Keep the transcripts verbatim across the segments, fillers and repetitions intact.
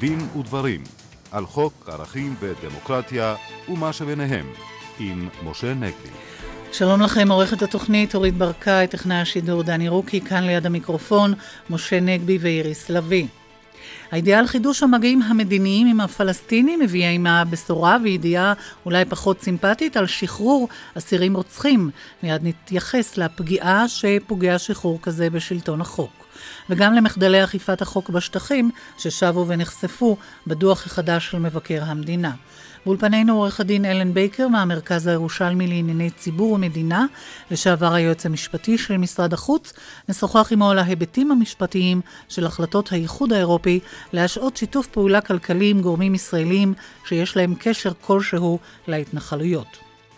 דין ודברים על חוק ערכים ודמוקרטיה ומה שביניהם עם משה נגבי. שלום לכם, עורכת התוכנית אורית ברקאי, טכנאי השידור דני רוקי, כאן ליד המיקרופון משה נגבי ואיריס לוי. הידיעה על חידוש המגעים המדיניים עם הפלסטינים הביאה עימה בשורה וידיעה אולי פחות סימפטית על שחרור אסירים רוצחים. מיד נתייחס לפגיעה שפוגע שחרור כזה בשלטון החוק. וגם למחדלי אכיפת החוק בשטחים ששבו ונחשפו בדוח החדש של מבקר המדינה. באולפנינו עורך הדין אלן בייקר מהמרכז הירושלמי לענייני ציבור ומדינה, לשעבר היועץ המשפטי של משרד החוץ, נשוחח עמו על ההיבטים המשפטיים של החלטות האיחוד האירופי להשעות שיתוף פעולה כלכלי עם גורמים ישראלים שיש להם קשר כלשהו להתנחלויות.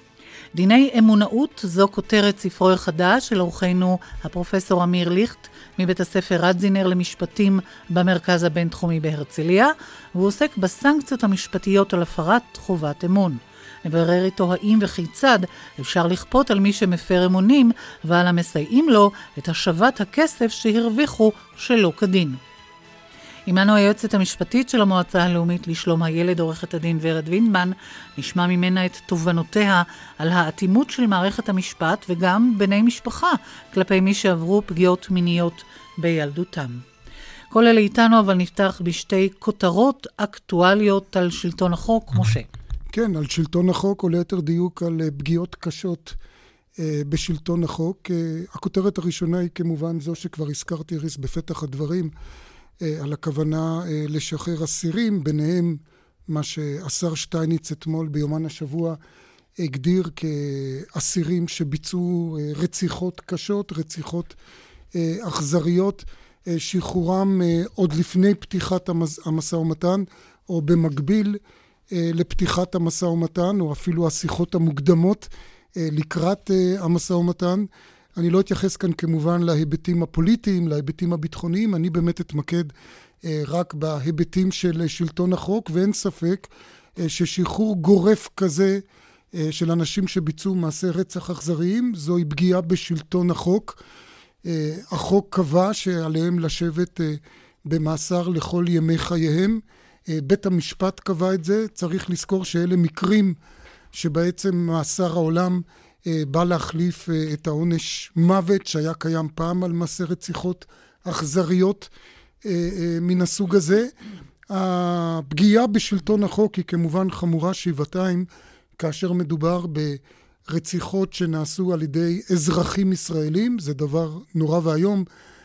דיני אמונאות, זו כותרת ספרו החדש של עורכנו הפרופסור אמיר ליכט מבית הספר רדזינר למשפטים במרכז הבינתחומי בהרצליה, והוא עוסק בסנקציות המשפטיות על הפרת חובת אמון. נברר איתו האם וכיצד אפשר לכפות על מי שמפר אמונים ועל המסייעים לו את השבת הכסף שהרוויחו שלא כדין. עמנו היועצת המשפטית של המועצה הלאומית לשלום הילד, עורכת הדין ורד וינדמן, נשמע ממנה את תובנותיה על האטימות של מערכת המשפט וגם בני משפחה כלפי מי שעברו פגיעות מיניות בילדותם. כל אלה איתנו, אבל נפתח בשתי כותרות אקטואליות על שלטון החוק. משה. כן, על שלטון החוק, או ליתר דיוק על פגיעות קשות אה, בשלטון החוק. אה, הכותרת הראשונה היא כמובן זו שכבר הזכרתי ריס בפתח הדברים, על הכוונה לשחרר אסירים, ביניהם מה שהשר שטייניץ אתמול ביומן השבוע הגדיר כאסירים שביצעו רציחות קשות, רציחות אכזריות, שחרורם עוד לפני פתיחת המשא ומתן, או במקביל לפתיחת המשא ומתן, או אפילו השיחות המוקדמות לקראת המשא ומתן. אני לא אתייחס כאן כמובן להיבטים הפוליטיים, להיבטים הביטחוניים, אני באמת אתמקד אה, רק בהיבטים של שלטון החוק, ואין ספק אה, ששחרור גורף כזה אה, של אנשים שביצעו מעשי רצח אכזריים, זוהי פגיעה בשלטון החוק. אה, החוק קבע שעליהם לשבת אה, במאסר לכל ימי חייהם, אה, בית המשפט קבע את זה, צריך לזכור שאלה מקרים שבעצם מאסר העולם בא להחליף את העונש מוות שהיה קיים פעם על מעשי רציחות אכזריות מן הסוג הזה. הפגיעה בשלטון החוק היא כמובן חמורה שבעתיים כאשר מדובר ברציחות שנעשו על ידי אזרחים ישראלים. זה דבר נורא והיום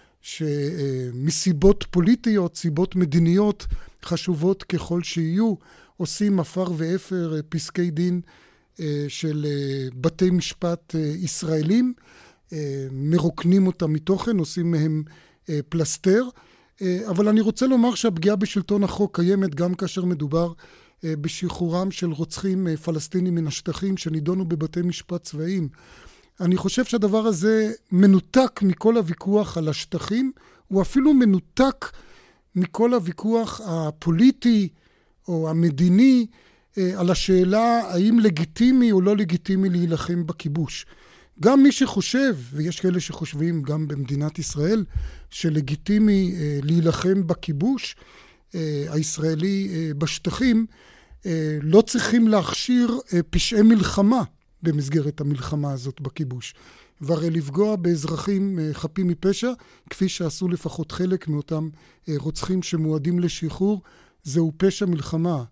שמסיבות פוליטיות, סיבות מדיניות חשובות ככל שיהיו, עושים אפר ואפר פסקי דין של בתי משפט ישראלים, מרוקנים אותם מתוכן, עושים מהם פלסטר. אבל אני רוצה לומר שהפגיעה בשלטון החוק קיימת גם כאשר מדובר בשחרורם של רוצחים פלסטינים מן השטחים שנידונו בבתי משפט צבאיים. אני חושב שהדבר הזה מנותק מכל הוויכוח על השטחים, הוא אפילו מנותק מכל הוויכוח הפוליטי או המדיני על השאלה האם לגיטימי או לא לגיטימי להילחם בכיבוש. גם מי שחושב, ויש כאלה שחושבים גם במדינת ישראל, שלגיטימי להילחם בכיבוש הישראלי בשטחים, לא צריכים להכשיר פשעי מלחמה במסגרת המלחמה הזאת בכיבוש. והרי לפגוע באזרחים חפים מפשע, כפי שעשו לפחות חלק מאותם רוצחים שמועדים לשחרור, זהו פשע מלחמה.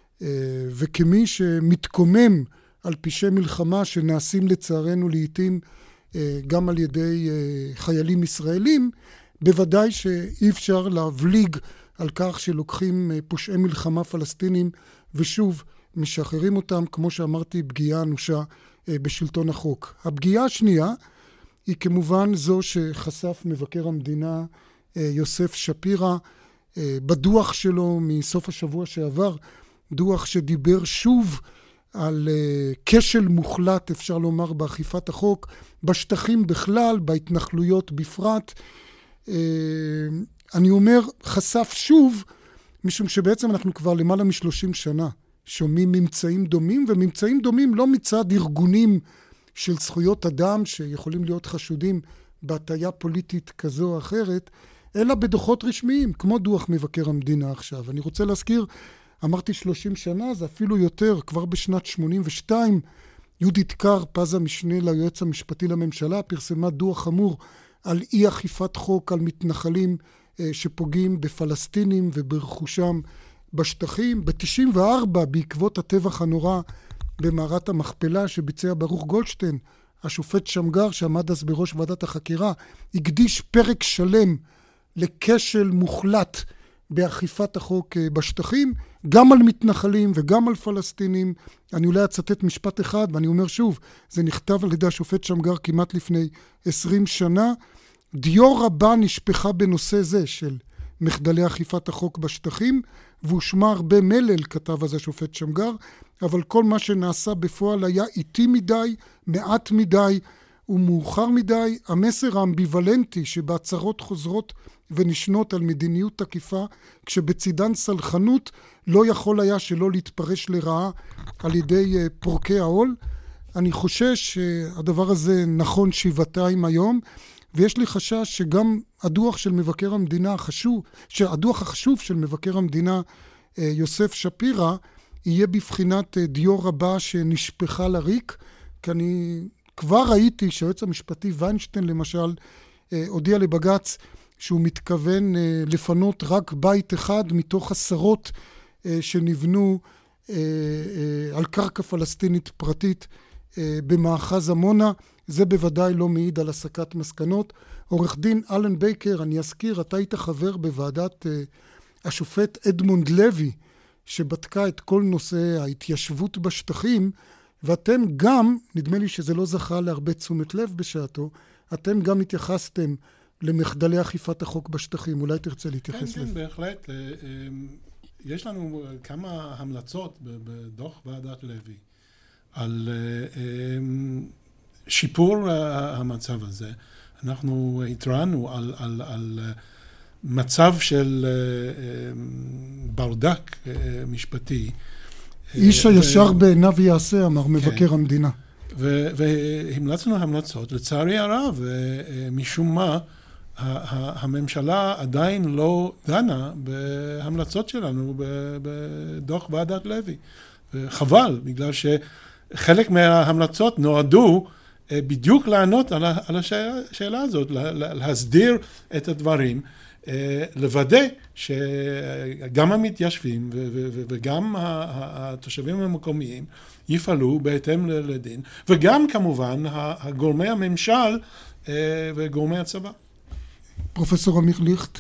וכמי שמתקומם על פשעי מלחמה שנעשים לצערנו לעתים גם על ידי חיילים ישראלים, בוודאי שאי אפשר להבליג על כך שלוקחים פושעי מלחמה פלסטינים ושוב משחררים אותם, כמו שאמרתי, פגיעה אנושה בשלטון החוק. הפגיעה השנייה היא כמובן זו שחשף מבקר המדינה יוסף שפירא בדוח שלו מסוף השבוע שעבר, דוח שדיבר שוב על כשל מוחלט, אפשר לומר, באכיפת החוק, בשטחים בכלל, בהתנחלויות בפרט. אני אומר, חשף שוב, משום שבעצם אנחנו כבר למעלה משלושים שנה שומעים ממצאים דומים, וממצאים דומים לא מצד ארגונים של זכויות אדם שיכולים להיות חשודים בהטיה פוליטית כזו או אחרת, אלא בדוחות רשמיים, כמו דוח מבקר המדינה עכשיו. אני רוצה להזכיר, אמרתי שלושים שנה, זה אפילו יותר, כבר בשנת שמונים ושתיים, יהודית קר, פז המשנה ליועץ המשפטי לממשלה, פרסמה דוח חמור על אי אכיפת חוק, על מתנחלים שפוגעים בפלסטינים וברכושם בשטחים. ב-תשעים וארבע, בעקבות הטבח הנורא במערת המכפלה שביצע ברוך גולדשטיין, השופט שמגר שעמד אז בראש ועדת החקירה, הקדיש פרק שלם לכשל מוחלט באכיפת החוק בשטחים, גם על מתנחלים וגם על פלסטינים. אני אולי אצטט משפט אחד, ואני אומר שוב, זה נכתב על ידי השופט שמגר כמעט לפני עשרים שנה, דיו רבה נשפחה בנושא זה של מחדלי אכיפת החוק בשטחים, והושמע הרבה מלל, כתב אז השופט שמגר, אבל כל מה שנעשה בפועל היה איטי מדי, מעט מדי ומאוחר מדי. המסר האמביוולנטי שבהצהרות חוזרות ונשנות על מדיניות תקיפה, כשבצידן סלחנות, לא יכול היה שלא להתפרש לרעה על ידי פורקי העול. אני חושש שהדבר הזה נכון שבעתיים היום, ויש לי חשש שגם הדוח של מבקר המדינה החשוב, שהדוח החשוב של מבקר המדינה יוסף שפירא, יהיה בבחינת דיו רבה שנשפחה לריק, כי אני כבר ראיתי שהיועץ המשפטי ויינשטיין למשל הודיע לבג"ץ שהוא מתכוון לפנות רק בית אחד מתוך עשרות שנבנו על קרקע פלסטינית פרטית במאחז עמונה. זה בוודאי לא מעיד על הסקת מסקנות. עורך דין אלן בייקר, אני אזכיר, אתה היית חבר בוועדת השופט אדמונד לוי, שבדקה את כל נושא ההתיישבות בשטחים, ואתם גם, נדמה לי שזה לא זכה להרבה תשומת לב בשעתו, אתם גם התייחסתם למחדלי אכיפת החוק בשטחים. אולי תרצה להתייחס לזה. כן, כן, בהחלט. יש לנו כמה המלצות בדוח ועדת לוי על שיפור המצב הזה. אנחנו התרענו על, על, על מצב של ברדק משפטי. איש הישר בעיניו יעשה, אמר מבקר המדינה. והמלצנו המלצות. לצערי הרב, משום מה, הממשלה עדיין לא דנה בהמלצות שלנו בדוח ועדת לוי. חבל, בגלל שחלק מההמלצות נועדו בדיוק לענות על השאלה הזאת, להסדיר את הדברים, לוודא שגם המתיישבים וגם התושבים המקומיים יפעלו בהתאם לדין, וגם כמובן גורמי הממשל וגורמי הצבא. פרופסור אמיר ליכט.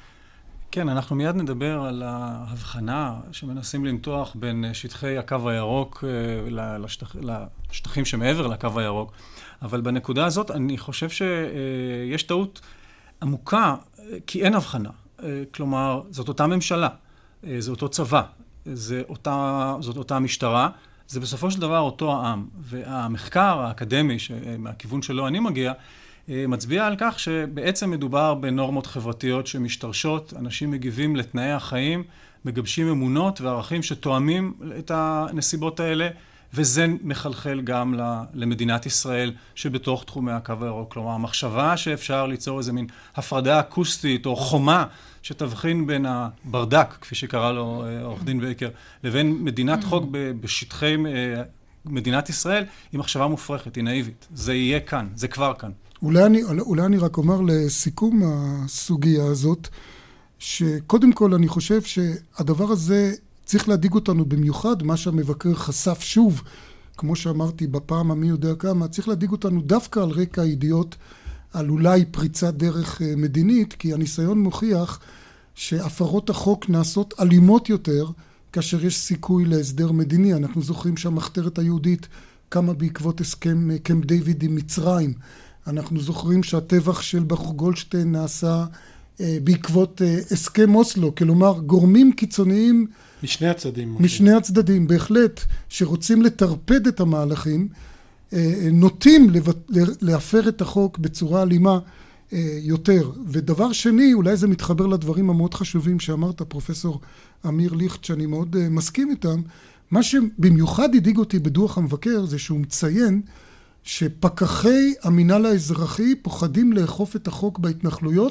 כן, אנחנו מיד נדבר על ההבחנה שמנסים למתוח בין שטחי הקו הירוק לשטח, לשטחים שמעבר לקו הירוק, אבל בנקודה הזאת אני חושב שיש טעות עמוקה, כי אין הבחנה. כלומר, זאת אותה ממשלה, זה אותו צבא, זה אותה, זאת אותה משטרה, זה בסופו של דבר אותו העם. והמחקר האקדמי, מהכיוון שלו אני מגיע, מצביע על כך שבעצם מדובר בנורמות חברתיות שמשתרשות, אנשים מגיבים לתנאי החיים, מגבשים אמונות וערכים שתואמים את הנסיבות האלה, וזה מחלחל גם למדינת ישראל שבתוך תחומי הקו הירוק. כלומר, המחשבה שאפשר ליצור איזה מין הפרדה אקוסטית או חומה שתבחין בין הברדק, כפי שקרא לו עורך דין בייקר, לבין מדינת חוק בשטחי מדינת ישראל, היא מחשבה מופרכת, היא נאיבית. זה יהיה כאן, זה כבר כאן. אולי אני, אולי אני רק אומר לסיכום הסוגיה הזאת, שקודם כל אני חושב שהדבר הזה צריך להדיג אותנו במיוחד, מה שהמבקר חשף שוב, כמו שאמרתי בפעם המי יודע כמה, צריך להדיג אותנו דווקא על רקע הידיעות על אולי פריצת דרך מדינית, כי הניסיון מוכיח שהפרות החוק נעשות אלימות יותר, כאשר יש סיכוי להסדר מדיני. אנחנו זוכרים שהמחתרת היהודית קמה בעקבות הסכם קמפ דיוויד עם מצרים. אנחנו זוכרים שהטבח של ברוך גולדשטיין נעשה אה, בעקבות אה, הסכם אוסלו, כלומר גורמים קיצוניים משני הצדדים. משני הצדדים, בהחלט, שרוצים לטרפד את המהלכים, אה, נוטים להפר את החוק בצורה אלימה אה, יותר. ודבר שני, אולי זה מתחבר לדברים המאוד חשובים שאמרת, פרופסור אמיר ליכט, שאני מאוד אה, מסכים איתם, מה שבמיוחד הדאיג אותי בדוח המבקר זה שהוא מציין שפקחי המינהל האזרחי פוחדים לאכוף את החוק בהתנחלויות,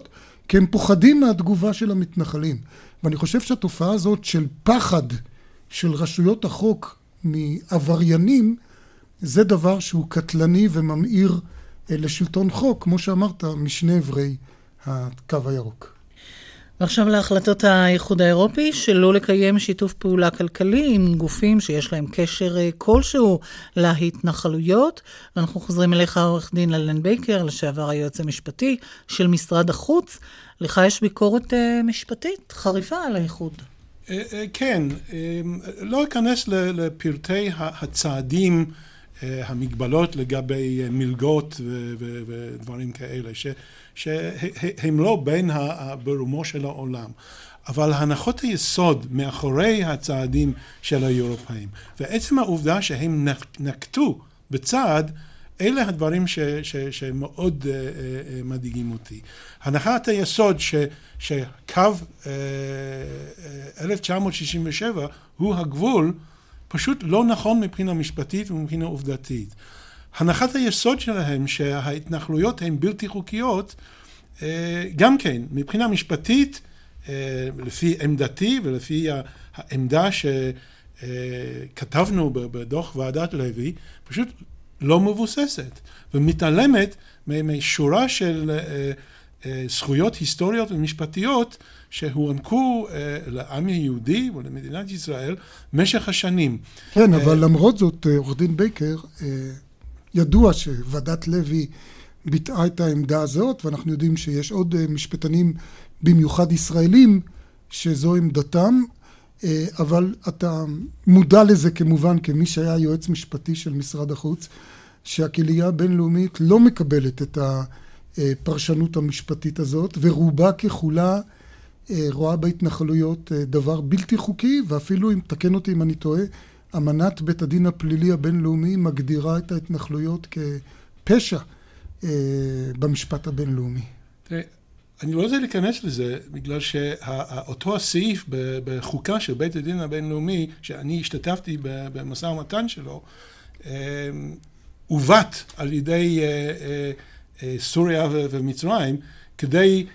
כי הם פוחדים מהתגובה של המתנחלים. ואני חושב שהתופעה הזאת של פחד של רשויות החוק מעבריינים, זה דבר שהוא קטלני וממאיר לשלטון חוק, כמו שאמרת, משני עברי הקו הירוק. ועכשיו להחלטות האיחוד האירופי, שלא לקיים שיתוף פעולה כלכלי עם גופים שיש להם קשר כלשהו להתנחלויות. ואנחנו חוזרים אליך, עורך דין אלן בייקר, לשעבר היועץ המשפטי של משרד החוץ. לך יש ביקורת משפטית חריפה על האיחוד. כן, לא אכנס לפרטי הצעדים, המגבלות לגבי מלגות ודברים כאלה, שהם לא בין ברומו של העולם. אבל הנחות היסוד מאחורי הצעדים של האירופאים, ועצם העובדה שהם נקטו בצעד, אלה הדברים ש, ש, שמאוד uh, uh, מדאיגים אותי. הנחת היסוד ש, שקו uh, אלף תשע מאות שישים ושבע הוא הגבול, פשוט לא נכון מבחינה משפטית ומבחינה עובדתית. הנחת היסוד שלהם שההתנחלויות הן בלתי חוקיות, uh, גם כן, מבחינה משפטית, uh, לפי עמדתי ולפי העמדה שכתבנו בדוח ועדת לוי, פשוט לא מבוססת, ומתעלמת משורה של uh, uh, זכויות היסטוריות ומשפטיות שהוענקו uh, לעם היהודי ולמדינת ישראל משך השנים. כן, uh, אבל למרות זאת, עורך דין בייקר, uh, ידוע שוועדת לוי ביטאה את העמדה הזאת, ואנחנו יודעים שיש עוד uh, משפטנים, במיוחד ישראלים, שזו עמדתם, uh, אבל אתה מודע לזה כמובן, כמי שהיה יועץ משפטי של משרד החוץ, שהקהילה הבינלאומית לא מקבלת את הפרשנות המשפטית הזאת, ורובה ככולה רואה בהתנחלויות דבר בלתי חוקי, ואפילו אם תקן אותי אם אני טועה, אמנת בית הדין הפלילי הבינלאומי מגדירה את ההתנחלויות כפשע במשפט הבינלאומי. אני לא רוצה להיכנס לזה, בגלל שאותו הסעיף בחוקה של בית הדין הבינלאומי, שאני השתתפתי במשא ומתן שלו, הובט על ידי סוריה ומצרים, כדי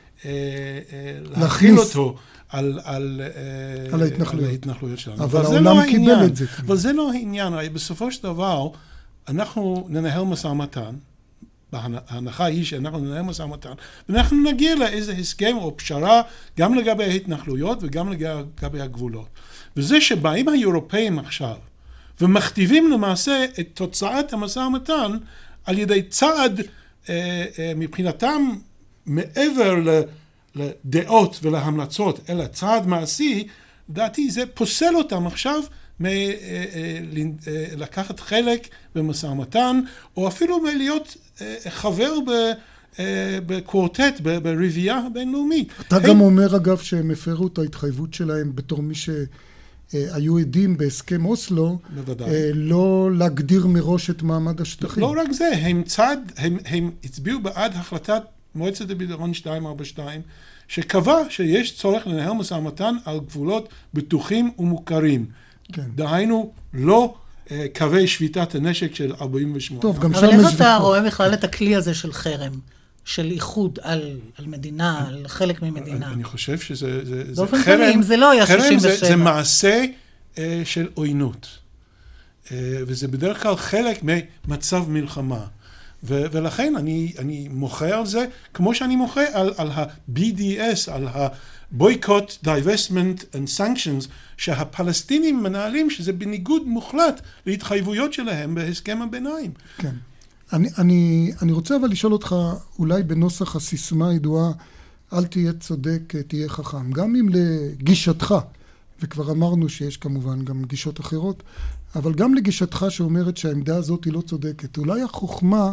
להכיל אותו על, על, על ההתנחלויות. על ההתנחלויות שלנו. אבל העולם לא קיבל העניין. את זה. אבל זה לא העניין. בסופו של דבר, אנחנו ננהל משא ומתן, ההנחה היא שאנחנו ננהל משא ומתן, ואנחנו נגיע לאיזה הסכם או פשרה, גם לגבי ההתנחלויות וגם לגבי הגבולות. וזה שבאים האירופאים עכשיו, ומכתיבים למעשה את תוצאת המשא ומתן על ידי צעד אה, אה, מבחינתם מעבר לדעות ולהמלצות, אלא צעד מעשי, דעתי זה פוסל אותם עכשיו מ- אה, אה, אה, לקחת חלק במשא ומתן, או אפילו מלהיות אה, חבר ב... בקוורטט, ברביעייה הבינלאומית. אתה הם... גם אומר אגב שהם הפרו את ההתחייבות שלהם בתור מי ש... היו עדים בהסכם אוסלו, בוודאי. לא להגדיר מראש את מעמד השטחים. לא רק זה, הם צד, הם, הם הצביעו בעד החלטת מועצת הביטחון שתיים ארבע שתיים, שקבע שיש צורך לנהל משא ומתן על גבולות בטוחים ומוכרים. כן. דהיינו, לא קווי שביתת הנשק של ארבעים ושמונה. טוב, גם אבל איך אתה רואה בכלל את הכלי הזה של חרם? של איחוד על, על מדינה, על חלק ממדינה. אני, אני חושב שזה זה, זה באופן כללי, זה לא היה שישים ושבע. חרם זה, זה מעשה uh, של עוינות. Uh, וזה בדרך כלל חלק ממצב מלחמה. ו, ולכן אני, אני מוחה על זה, כמו שאני מוחה על, על ה-B D S, על ה-Boycott, Divestment and Sanctions, שהפלסטינים מנהלים, שזה בניגוד מוחלט להתחייבויות שלהם בהסכם הביניים. כן. אני, אני, אני רוצה אבל לשאול אותך, אולי בנוסח הסיסמה הידועה, אל תהיה צודק, תהיה חכם. גם אם לגישתך, וכבר אמרנו שיש כמובן גם גישות אחרות, אבל גם לגישתך שאומרת שהעמדה הזאת היא לא צודקת. אולי החוכמה,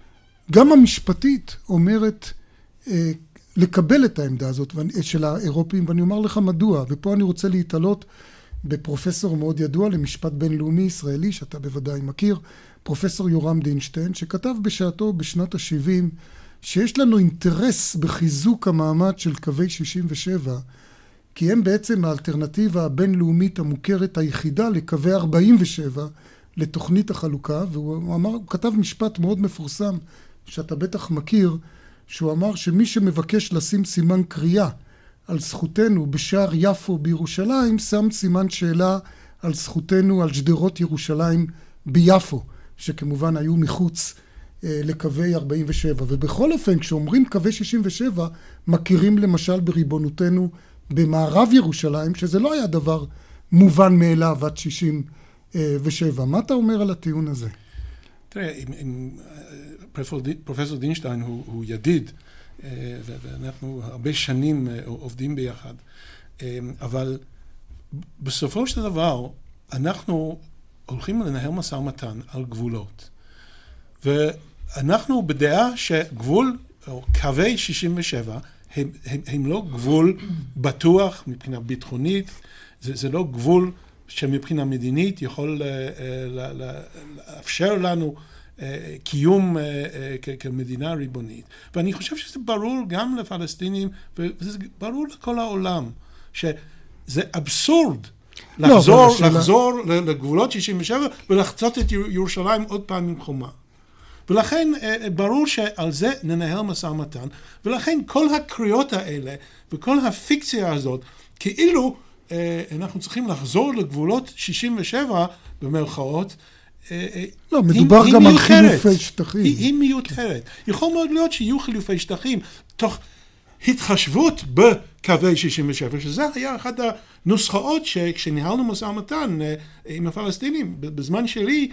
גם המשפטית, אומרת אה, לקבל את העמדה הזאת של האירופים, ואני אומר לך מדוע, ופה אני רוצה להתעלות בפרופסור מאוד ידוע למשפט בינלאומי ישראלי, שאתה בוודאי מכיר, פרופסור יורם דינשטיין, שכתב בשעתו בשנות ה-שבעים, שיש לנו אינטרס בחיזוק המעמד של קווי שישים ושבע, כי הם בעצם האלטרנטיבה הבינלאומית המוכרת היחידה לקווי ארבעים ושבע, לתוכנית החלוקה, והוא אמר, הוא כתב משפט מאוד מפורסם, שאתה בטח מכיר, שהוא אמר שמי שמבקש לשים סימן קריאה על זכותנו בשער יפו בירושלים, שם סימן שאלה על זכותנו על שדרות ירושלים ביפו, שכמובן היו מחוץ אה, לקווי ארבעים ושבע. ובכל אופן, כשאומרים קווי שישים ושבע, מכירים למשל בריבונותנו במערב ירושלים, שזה לא היה דבר מובן מאליו עד שישים ושבע. מה אתה אומר על הטיעון הזה? תראה, עם, עם, פרופסור דינשטיין הוא, הוא ידיד, ואנחנו הרבה שנים עובדים ביחד, אבל בסופו של דבר אנחנו הולכים לנהל משא ומתן על גבולות, ואנחנו בדעה שגבול או קווי שישים ושבע הם, הם, הם לא גבול בטוח מבחינה ביטחונית, זה, זה לא גבול שמבחינה מדינית יכול לאפשר לנו קיום כמדינה ריבונית. ואני חושב שזה ברור גם לפלסטינים, וזה ברור לכל העולם, שזה אבסורד לחזור, לחזור לגבולות שישים ושבע ולחצות את ירושלים עוד פעם עם חומה. ולכן ברור שעל זה ננהל משא ומתן, ולכן כל הקריאות האלה וכל הפיקציה הזאת, כאילו אנחנו צריכים לחזור לגבולות שישים ושבע במרכאות, לא, מדובר גם על חילופי שטחים. היא מיותרת. יכול מאוד להיות שיהיו חילופי שטחים תוך התחשבות בקווי שישים ושבע, שזה היה אחת הנוסחאות שכשניהלנו משא ומתן עם הפלסטינים, בזמן שלי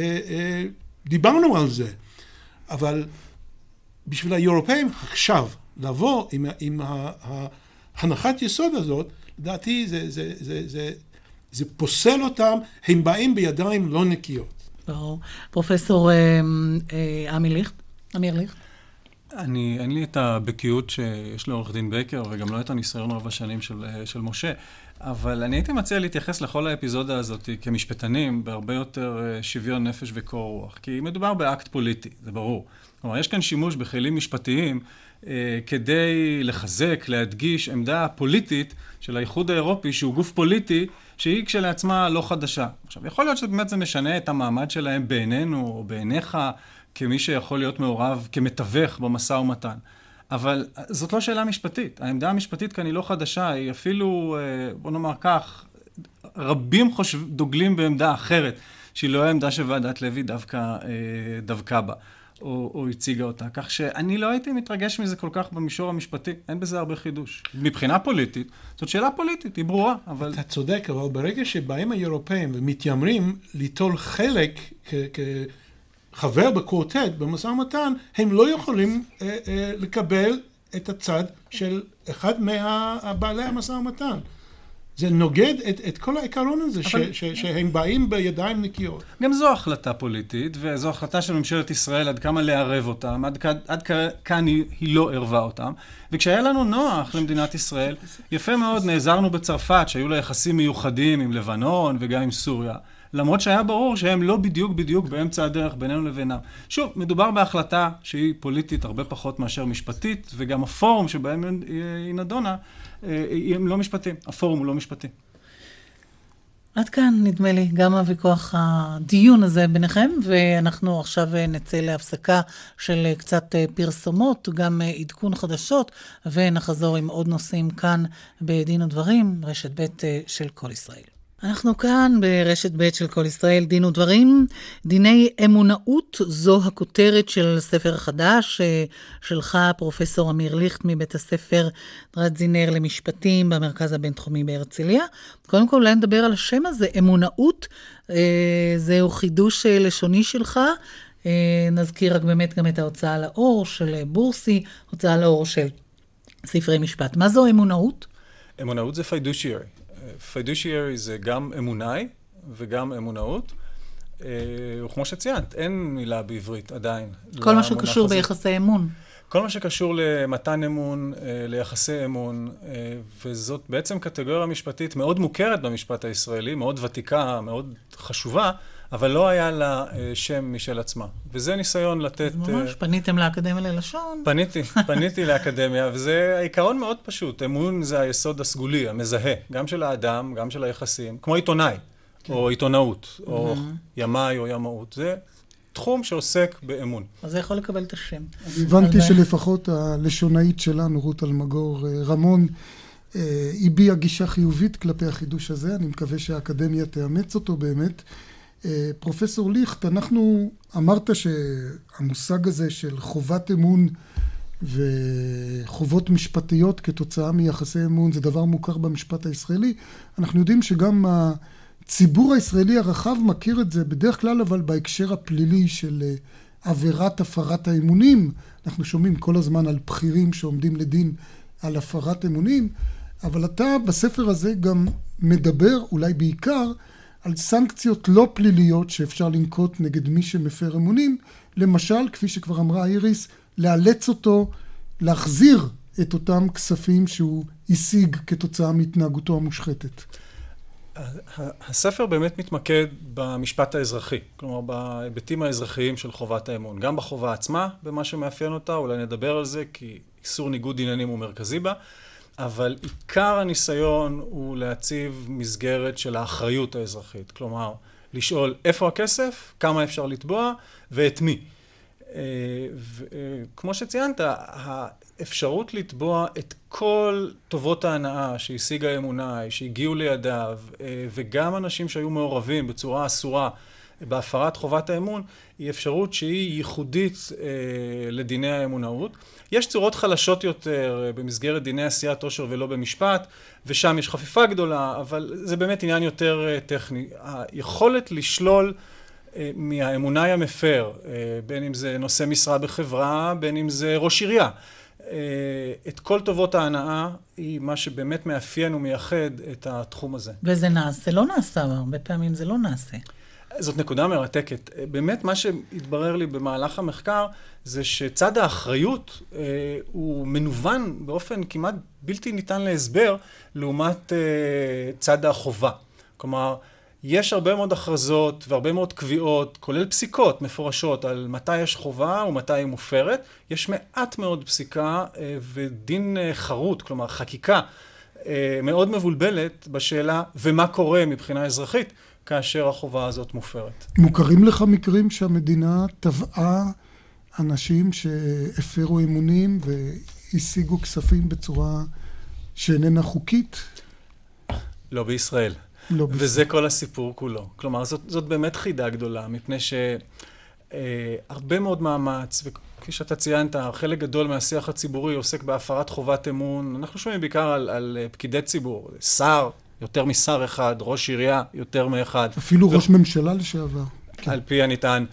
דיברנו על זה. אבל בשביל האירופאים עכשיו לבוא עם, עם ההנחת יסוד הזאת, לדעתי זה, זה, זה, זה, זה פוסל אותם, הם באים בידיים לא נקיות. ברור. פרופסור אמיר ליכט, אמיר ליכט. אני, אין לי את הבקיאות שיש לעורך דין בקר, וגם לא את הניסיון רב השנים של, של משה, אבל אני הייתי מציע להתייחס לכל האפיזודה הזאת כמשפטנים, בהרבה יותר שוויון נפש וקור רוח, כי מדובר באקט פוליטי, זה ברור. כלומר, יש כאן שימוש בכלים משפטיים אה, כדי לחזק, להדגיש עמדה פוליטית של האיחוד האירופי, שהוא גוף פוליטי, שהיא כשלעצמה לא חדשה. עכשיו, יכול להיות שבאמת זה משנה את המעמד שלהם בעינינו או בעיניך, כמי שיכול להיות מעורב כמתווך במשא ומתן. אבל זאת לא שאלה משפטית. העמדה המשפטית כאן היא לא חדשה, היא אפילו, בוא נאמר כך, רבים חושב, דוגלים בעמדה אחרת, שהיא לא העמדה שוועדת לוי דווקא, דווקא בה, או, או הציגה אותה. כך שאני לא הייתי מתרגש מזה כל כך במישור המשפטי, אין בזה הרבה חידוש. מבחינה פוליטית, זאת שאלה פוליטית, היא ברורה, אבל... אתה צודק, אבל ברגע שבאים האירופאים ומתיימרים ליטול חלק כ... כ... חבר בקורטט, במשא ומתן, הם לא יכולים אה, אה, לקבל את הצד של אחד מהבעלי המשא ומתן. זה נוגד את, את כל העיקרון הזה, אבל... ש, ש, שהם באים בידיים נקיות. גם זו החלטה פוליטית, וזו החלטה של ממשלת ישראל עד כמה לערב אותם, עד, עד כאן היא, היא לא ערבה אותם. וכשהיה לנו נוח למדינת ישראל, יפה מאוד נעזרנו בצרפת, שהיו לה יחסים מיוחדים עם לבנון וגם עם סוריה. למרות שהיה ברור שהם לא בדיוק בדיוק באמצע הדרך בינינו לבינם. שוב, מדובר בהחלטה שהיא פוליטית הרבה פחות מאשר משפטית, וגם הפורום שבהם היא נדונה, הם לא משפטים. הפורום הוא לא משפטי. עד כאן נדמה לי גם הוויכוח הדיון הזה ביניכם, ואנחנו עכשיו נצא להפסקה של קצת פרסומות, גם עדכון חדשות, ונחזור עם עוד נושאים כאן בדין ודברים, רשת ב' של כל ישראל. אנחנו כאן ברשת ב' של כל ישראל, דין ודברים, דיני אמונאות, זו הכותרת של ספר חדש שלך, פרופסור אמיר ליכט מבית הספר רדזינר למשפטים במרכז הבינתחומי בהרצליה. קודם כל אולי נדבר על השם הזה, אמונאות, זהו חידוש לשוני שלך, נזכיר רק באמת גם את ההוצאה לאור של בורסי, הוצאה לאור של ספרי משפט. מה זו אמונאות? אמונאות זה fiduciary. fiduciary זה גם אמונאי וגם אמונאות. וכמו שציינת, אין מילה בעברית עדיין. כל מה שקשור ביחסי אמון. כל מה שקשור למתן אמון, ליחסי אמון, וזאת בעצם קטגוריה משפטית מאוד מוכרת במשפט הישראלי, מאוד ותיקה, מאוד חשובה, אבל לא היה לה שם משל עצמה. וזה ניסיון לתת... ממש, פניתם לאקדמיה ללשון. פניתי, פניתי לאקדמיה, וזה העיקרון מאוד פשוט. אמון זה היסוד הסגולי, המזהה, גם של האדם, גם של היחסים, כמו עיתונאי, או עיתונאות, או ימאי או ימאות. זה תחום שעוסק באמון. אז זה יכול לקבל את השם. הבנתי שלפחות הלשונאית שלנו, רות אלמגור רמון, הביעה גישה חיובית כלפי החידוש הזה. אני מקווה שהאקדמיה תאמץ אותו באמת. פרופסור ליכט, אנחנו אמרת שהמושג הזה של חובת אמון וחובות משפטיות כתוצאה מיחסי אמון זה דבר מוכר במשפט הישראלי. אנחנו יודעים שגם הציבור הישראלי הרחב מכיר את זה בדרך כלל, אבל בהקשר הפלילי של עבירת הפרת האמונים. אנחנו שומעים כל הזמן על בכירים שעומדים לדין על הפרת אמונים, אבל אתה בספר הזה גם מדבר אולי בעיקר על סנקציות לא פליליות שאפשר לנקוט נגד מי שמפר אמונים, למשל, כפי שכבר אמרה איריס, לאלץ אותו להחזיר את אותם כספים שהוא השיג כתוצאה מהתנהגותו המושחתת. הספר באמת מתמקד במשפט האזרחי, כלומר בהיבטים האזרחיים של חובת האמון, גם בחובה עצמה, במה שמאפיין אותה, אולי נדבר על זה, כי איסור ניגוד עניינים הוא מרכזי בה, אבל עיקר הניסיון הוא להציב מסגרת של האחריות האזרחית, כלומר, לשאול איפה הכסף, כמה אפשר לתבוע ואת מי. כמו שציינת, האפשרות לתבוע את כל טובות ההנאה שהשיגה האמונה, שהגיעו לידיו, וגם אנשים שהיו מעורבים בצורה אסורה בהפרת חובת האמון, היא אפשרות שהיא ייחודית לדיני האמונאות. יש צורות חלשות יותר במסגרת דיני עשיית עושר ולא במשפט, ושם יש חפיפה גדולה, אבל זה באמת עניין יותר טכני. היכולת לשלול מהאמונאי המפר, בין אם זה נושא משרה בחברה, בין אם זה ראש עירייה. את כל טובות ההנאה היא מה שבאמת מאפיין ומייחד את התחום הזה. וזה נעשה, לא נעשה, הרבה פעמים זה לא נעשה. זאת נקודה מרתקת. באמת מה שהתברר לי במהלך המחקר זה שצד האחריות אה, הוא מנוון באופן כמעט בלתי ניתן להסבר לעומת אה, צד החובה. כלומר, יש הרבה מאוד הכרזות והרבה מאוד קביעות, כולל פסיקות מפורשות על מתי יש חובה ומתי היא מופרת. יש מעט מאוד פסיקה אה, ודין אה, חרוט, כלומר חקיקה אה, מאוד מבולבלת בשאלה ומה קורה מבחינה אזרחית כאשר החובה הזאת מופרת. מוכרים לך מקרים שהמדינה טבעה אנשים שהפרו אמונים והשיגו כספים בצורה שאיננה חוקית? לא בישראל. לא בישראל. וזה כל הסיפור כולו. כלומר, זאת, זאת באמת חידה גדולה, מפני שהרבה מאוד מאמץ, וכפי שאתה ציינת, חלק גדול מהשיח הציבורי עוסק בהפרת חובת אמון. אנחנו שומעים בעיקר על, על פקידי ציבור, שר, יותר משר אחד, ראש עירייה, יותר מאחד. אפילו ו... ראש ממשלה לשעבר. על פי הניתן.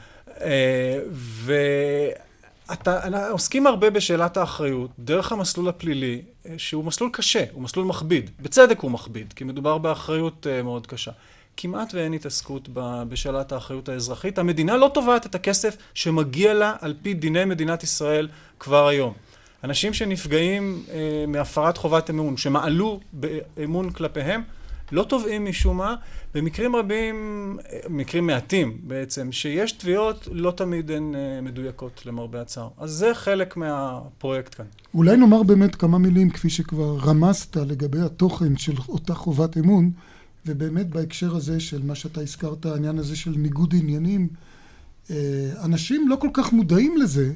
ואנחנו עוסקים הרבה בשאלת האחריות, דרך המסלול הפלילי, שהוא מסלול קשה, הוא מסלול מכביד. בצדק הוא מכביד, כי מדובר באחריות מאוד קשה. כמעט ואין התעסקות בשאלת האחריות האזרחית. המדינה לא תובעת את הכסף שמגיע לה על פי דיני מדינת ישראל כבר היום. אנשים שנפגעים מהפרת חובת אמון, שמעלו באמון כלפיהם, לא תובעים משום מה, במקרים רבים, מקרים מעטים בעצם, שיש תביעות לא תמיד הן מדויקות למרבה הצער. אז זה חלק מהפרויקט כאן. אולי נאמר באמת כמה מילים, כפי שכבר רמזת לגבי התוכן של אותה חובת אמון, ובאמת בהקשר הזה של מה שאתה הזכרת, העניין הזה של ניגוד עניינים, אנשים לא כל כך מודעים לזה,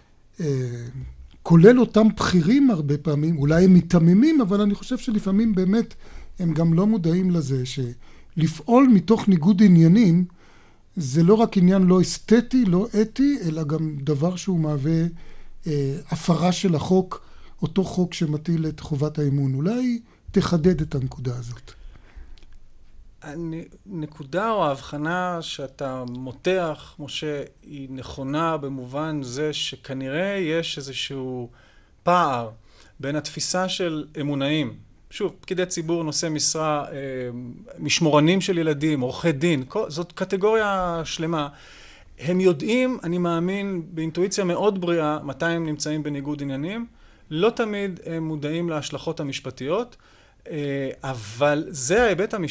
כולל אותם בכירים הרבה פעמים, אולי הם מתממים, אבל אני חושב שלפעמים באמת הם גם לא מודעים לזה, שלפעול מתוך ניגוד עניינים, זה לא רק עניין לא אסתטי, לא אתי, אלא גם דבר שהוא מהווה אה, הפרה של החוק, אותו חוק שמטיל את חובת האמון. אולי תחדד את הנקודה הזאת. הנקודה או ההבחנה שאתה מותח, משה, היא נכונה במובן זה שכנראה יש איזשהו פער בין התפיסה של אמונאים, שוב, פקידי ציבור, נושא משרה, משמורנים של ילדים, עורכי דין, זאת קטגוריה שלמה. הם יודעים, אני מאמין, באינטואיציה מאוד בריאה, מתי הם נמצאים בניגוד עניינים. לא תמיד הם מודעים להשלכות המשפטיות, אבל זה ההיבט המשני.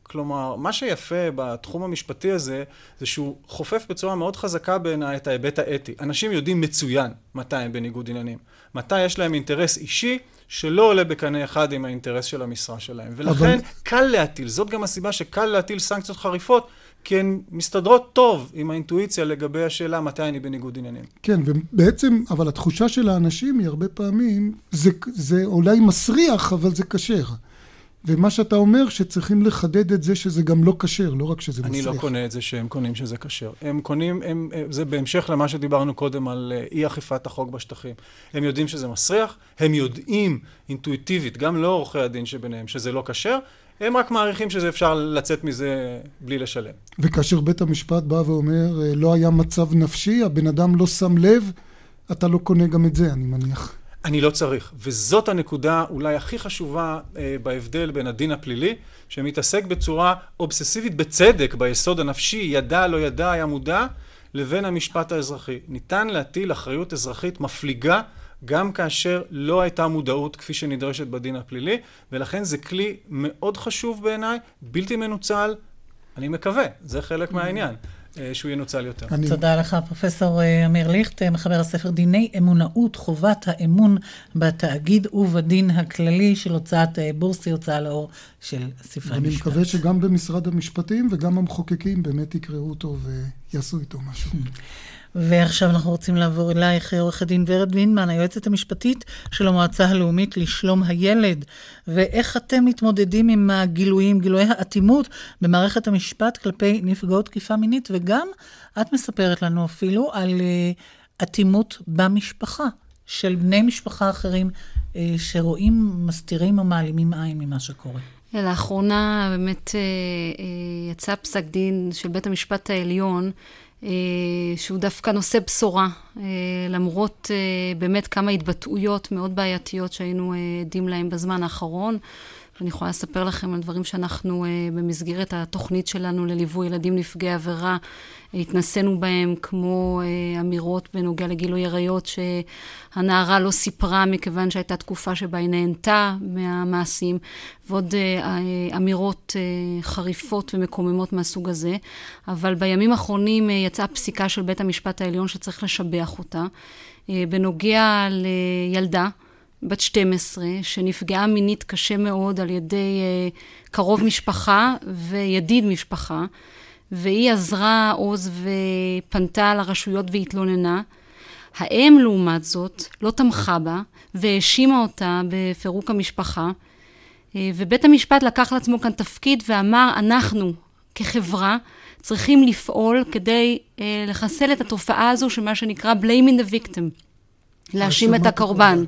כלומר, מה שיפה בתחום המשפטי הזה, זה שהוא חופף בצורה מאוד חזקה בעיניי את ההיבט האתי. אנשים יודעים מצוין מתי הם בניגוד עניינים. מתי יש להם אינטרס אישי, שלא עולה בקנה אחד עם האינטרס של המשרה שלהם. ולכן אבל... קל להטיל, זאת גם הסיבה שקל להטיל סנקציות חריפות, כי הן מסתדרות טוב עם האינטואיציה לגבי השאלה מתי אני בניגוד עניינים. כן, ובעצם, אבל התחושה של האנשים היא הרבה פעמים, זה, זה אולי מסריח, אבל זה קשר. ומה שאתה אומר שצריכים לחדד את זה שזה גם לא קשר, לא רק שזה מסריח. אני לא קונה את זה שהם קונים שזה קשר. הם קונים, הם, זה בהמשך למה שדיברנו קודם על אי אכיפת החוק בשטחים. הם יודעים שזה מסריח, הם יודעים אינטואיטיבית, גם לא עורכי הדין שביניהם, שזה לא קשר, הם רק מעריכים שזה אפשר לצאת מזה בלי לשלם. וכאשר בית המשפט בא ואומר, לא היה מצב נפשי, הבן אדם לא שם לב, אתה לא קונה גם את זה, אני מניח. אני לא צריך, וזאת הנקודה אולי הכי חשובה אה, בהבדל בין הדין הפלילי, שמתעסק בצורה אובססיבית בצדק, ביסוד הנפשי, ידע, לא ידע, היה מודע, לבין המשפט האזרחי. ניתן להטיל אחריות אזרחית מפליגה, גם כאשר לא הייתה מודעות כפי שנדרשת בדין הפלילי, ולכן זה כלי מאוד חשוב בעיניי, בלתי מנוצל, אני מקווה, זה חלק מהעניין. שהוא ינוצל יותר. אני... תודה לך, פרופסור אמיר ליכט, מחבר הספר דיני אמונאות, חובת האמון בתאגיד ובדין הכללי של הוצאת בורסי, הוצאה לאור של ספרי אני משפט. אני מקווה שגם במשרד המשפטים וגם המחוקקים באמת יקראו אותו ויעשו איתו משהו. ועכשיו אנחנו רוצים לעבור אלייך, עורכת דין ורד וינמן, היועצת המשפטית של המועצה הלאומית לשלום הילד, ואיך אתם מתמודדים עם הגילויים, גילויי האטימות במערכת המשפט כלפי נפגעות תקיפה מינית, וגם את מספרת לנו אפילו על אטימות במשפחה, של בני משפחה אחרים שרואים, מסתירים או מעלימים עין ממה שקורה. לאחרונה באמת יצא פסק דין של בית המשפט העליון, שהוא דווקא נושא בשורה, למרות באמת כמה התבטאויות מאוד בעייתיות שהיינו עדים להם בזמן האחרון. אני יכולה לספר לכם על דברים שאנחנו במסגרת התוכנית שלנו לליווי ילדים נפגעי עבירה, התנסינו בהם, כמו אמירות בנוגע לגילוי עריות שהנערה לא סיפרה מכיוון שהייתה תקופה שבה היא נהנתה מהמעשים, ועוד אמירות חריפות ומקוממות מהסוג הזה. אבל בימים האחרונים יצאה פסיקה של בית המשפט העליון שצריך לשבח אותה, בנוגע לילדה, בת שתים עשרה, שנפגעה מינית קשה מאוד על ידי קרוב משפחה וידיד משפחה, והיא עזרה עוז ופנתה לרשויות והתלוננה. האם לעומת זאת לא תמכה בה והאשימה אותה בפירוק המשפחה, ובית המשפט לקח לעצמו כאן תפקיד ואמר, אנחנו כחברה צריכים לפעול כדי לחסל את התופעה הזו שמה שנקרא blaming the victim, להאשים את הקורבן.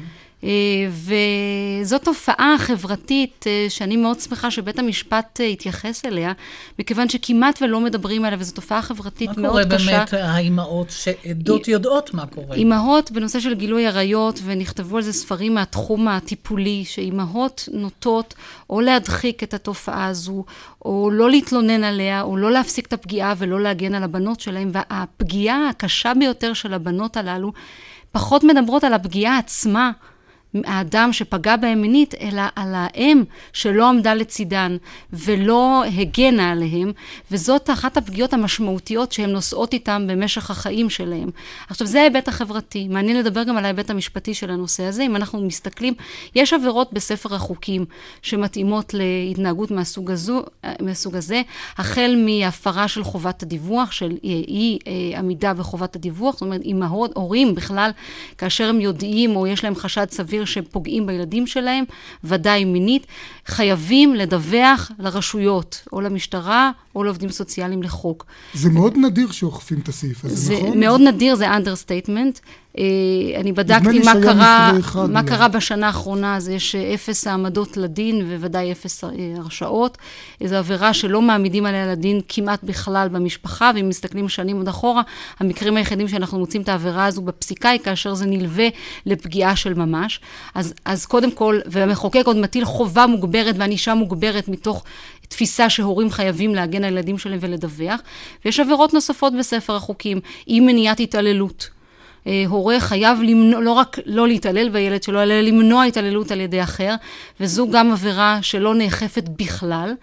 וזאת תופעה חברתית שאני מאוד שמחה שבית המשפט התייחס אליה, מכיוון שכמעט ולא מדברים עליה, וזו תופעה חברתית מאוד קשה. מה קורה באמת האימהות שעדות יודעות מה קורה? אימהות בנושא של גילוי עריות, ונכתבו על זה ספרים מהתחום הטיפולי, שאימהות נוטות או להדחיק את התופעה הזו, או לא להתלונן עליה, או לא להפסיק את הפגיעה ולא להגן על הבנות שלהם, והפגיעה הקשה ביותר של הבנות הללו, פחות מדברות על הפגיעה עצמה, האדם שפגע בהם מינית, אלא על האם שלא עמדה לצידן ולא הגנה עליהם, וזאת אחת הפגיעות המשמעותיות שהן נושאות איתם במשך החיים שלהם. עכשיו, זה ההיבט החברתי. מעניין לדבר גם על ההיבט המשפטי של הנושא הזה. אם אנחנו מסתכלים, יש עבירות בספר החוקים שמתאימות להתנהגות מהסוג, הזו, מהסוג הזה, החל מהפרה של חובת הדיווח, של אי עמידה בחובת הדיווח, זאת אומרת, אמהות, הורים בכלל, כאשר הם יודעים או יש להם חשד סביר שפוגעים בילדים שלהם, ודאי מינית, חייבים לדווח לרשויות, או למשטרה, או לעובדים סוציאליים לחוק. זה מאוד נדיר שאוכפים את הסעיף הזה, זה נכון? זה מאוד נדיר, זה understatement. אני בדקתי מה קרה, מה קרה בשנה האחרונה, אז יש אפס העמדות לדין, וודאי אפס הרשעות. זו עבירה שלא מעמידים עליה לדין כמעט בכלל במשפחה, ואם מסתכלים שנים עוד אחורה, המקרים היחידים שאנחנו מוצאים את העבירה הזו בפסיקה, היא כאשר זה נלווה לפגיעה של ממש. אז, אז קודם כל, והמחוקק עוד מטיל חובה מוגברת, וענישה מוגברת מתוך תפיסה שהורים חייבים להגן על הילדים שלהם ולדווח. ויש עבירות נוספות בספר החוקים, אי מניעת התעללות. הורה חייב למנוע, לא רק לא להתעלל בילד שלו, אלא למנוע התעללות על ידי אחר, וזו גם עבירה שלא נאכפת בכלל.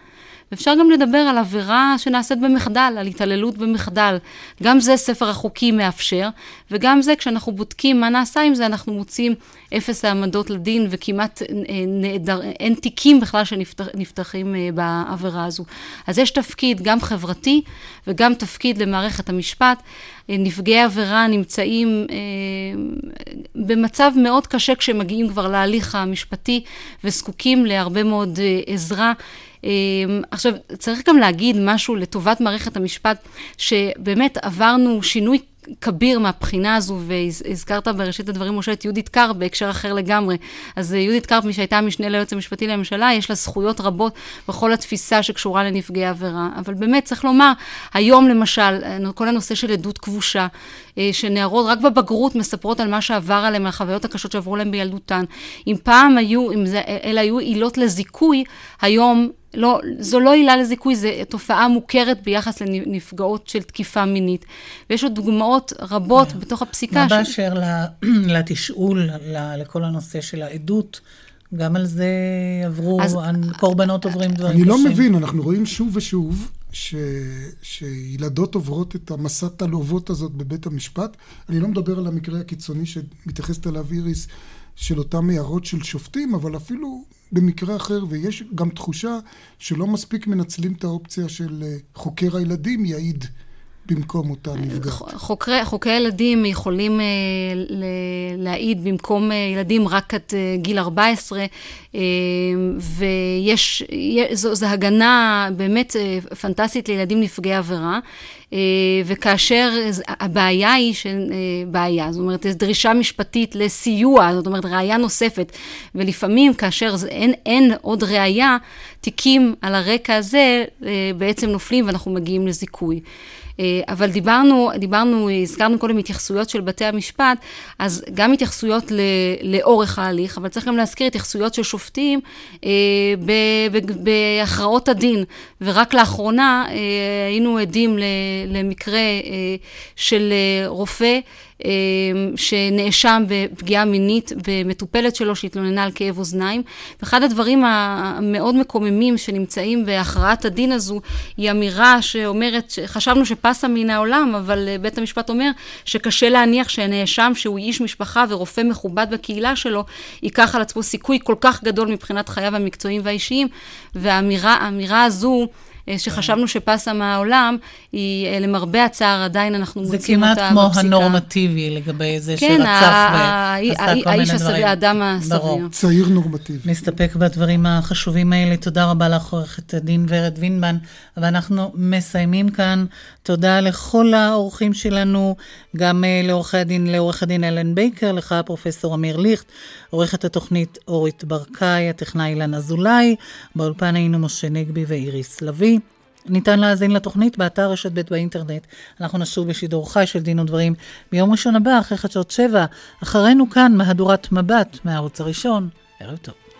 אפשר גם לדבר על עבירה שנעשית במחדל, על התעללות במחדל. גם זה ספר החוקים מאפשר, וגם זה כשאנחנו בודקים מה נעשה עם זה, אנחנו מוצאים אפס העמדות לדין, וכמעט נעדר, אין תיקים בכלל שנפתחים בעבירה הזו. אז יש תפקיד גם חברתי, וגם תפקיד למערכת המשפט. נפגעי עבירה נמצאים במצב מאוד קשה כשמגיעים כבר להליך המשפטי, וזקוקים להרבה מאוד עזרה. עכשיו, צריך גם להגיד משהו לטובת מערכת המשפט, שבאמת עברנו שינוי כביר מהבחינה הזו, והזכרת בראשית הדברים, משה, את יהודית קרפ בהקשר אחר לגמרי. אז יהודית קרפ, מי שהייתה משנה ליועץ המשפטי לממשלה, יש לה זכויות רבות בכל התפיסה שקשורה לנפגעי עבירה. אבל באמת צריך לומר, היום למשל, כל הנושא של עדות כבושה, שנערות רק בבגרות מספרות על מה שעבר עליהם, החוויות הקשות שעברו להם בילדותן. אם פעם היו, אם זה, אלה היו עילות לזיכוי, היום לא, זו לא עילה לזיכוי, זו תופעה מוכרת ביחס לנפגעות של תקיפה מינית. ויש עוד דוגמאות רבות בתוך הפסיקה. מה באשר לתשאול, לכל הנושא של העדות, גם על זה עברו, קורבנות עוברים דברים קשים. אני לא מבין, אנחנו רואים שוב ושוב, ש... שילדות עוברות את המסע תלוות הזאת בבית המשפט. אני לא מדבר על המקרה הקיצוני שמתייחסת עליו איריס, של אותם הערות של שופטים, אבל אפילו במקרה אחר, ויש גם תחושה שלא מספיק מנצלים את האופציה של חוקר הילדים יעיד במקום אותה נפגעת. חוקרי, חוקרי ילדים יכולים אה, להעיד במקום אה, ילדים רק עד אה, גיל ארבע עשרה, אה, ויש, זו, זו הגנה באמת אה, פנטסטית לילדים נפגעי עבירה, אה, וכאשר הבעיה היא שבעיה, זאת אומרת, דרישה משפטית לסיוע, זאת אומרת, ראייה נוספת, ולפעמים כאשר אין, אין עוד ראייה, תיקים על הרקע הזה אה, בעצם נופלים ואנחנו מגיעים לזיכוי. אבל דיברנו, דיברנו, הזכרנו קודם התייחסויות של בתי המשפט, אז גם התייחסויות לאורך ההליך, אבל צריך גם להזכיר התייחסויות של שופטים בהכרעות הדין, ורק לאחרונה היינו עדים למקרה של רופא, שנאשם בפגיעה מינית במטופלת שלו שהתלוננה על כאב אוזניים. ואחד הדברים המאוד מקוממים שנמצאים בהכרעת הדין הזו, היא אמירה שאומרת, חשבנו שפסה מן העולם, אבל בית המשפט אומר שקשה להניח שהנאשם שהוא איש משפחה ורופא מכובד בקהילה שלו, ייקח על עצמו סיכוי כל כך גדול מבחינת חייו המקצועיים והאישיים, והאמירה, האמירה הזו, שחשבנו שפסה מהעולם, היא למרבה הצער, עדיין אנחנו מוצאים אותה בפסיקה. זה כמעט כמו הנורמטיבי לגבי זה שרצח ועשה כל מיני דברים. האדם הסביר. צעיר נורמטיבי. נסתפק בדברים החשובים האלה. תודה רבה לך, עורכת הדין ורד וינמן, ואנחנו מסיימים כאן. תודה לכל האורחים שלנו, גם לעורך הדין, לעורך הדין אלן בייקר, לך פרופסור אמיר ליכט, עורכת התוכנית אורית ברקאי, הטכנאי אילן אזולאי, באולפן היינו משה נגבי ואיריס לוי. ניתן להאזין לתוכנית באתר רשת ב' באינטרנט. אנחנו נשוב בשידור חי של דין ודברים ביום ראשון הבא, אחרי חדשות שבע. אחרינו כאן מהדורת מבט מהערוץ הראשון. ערב טוב.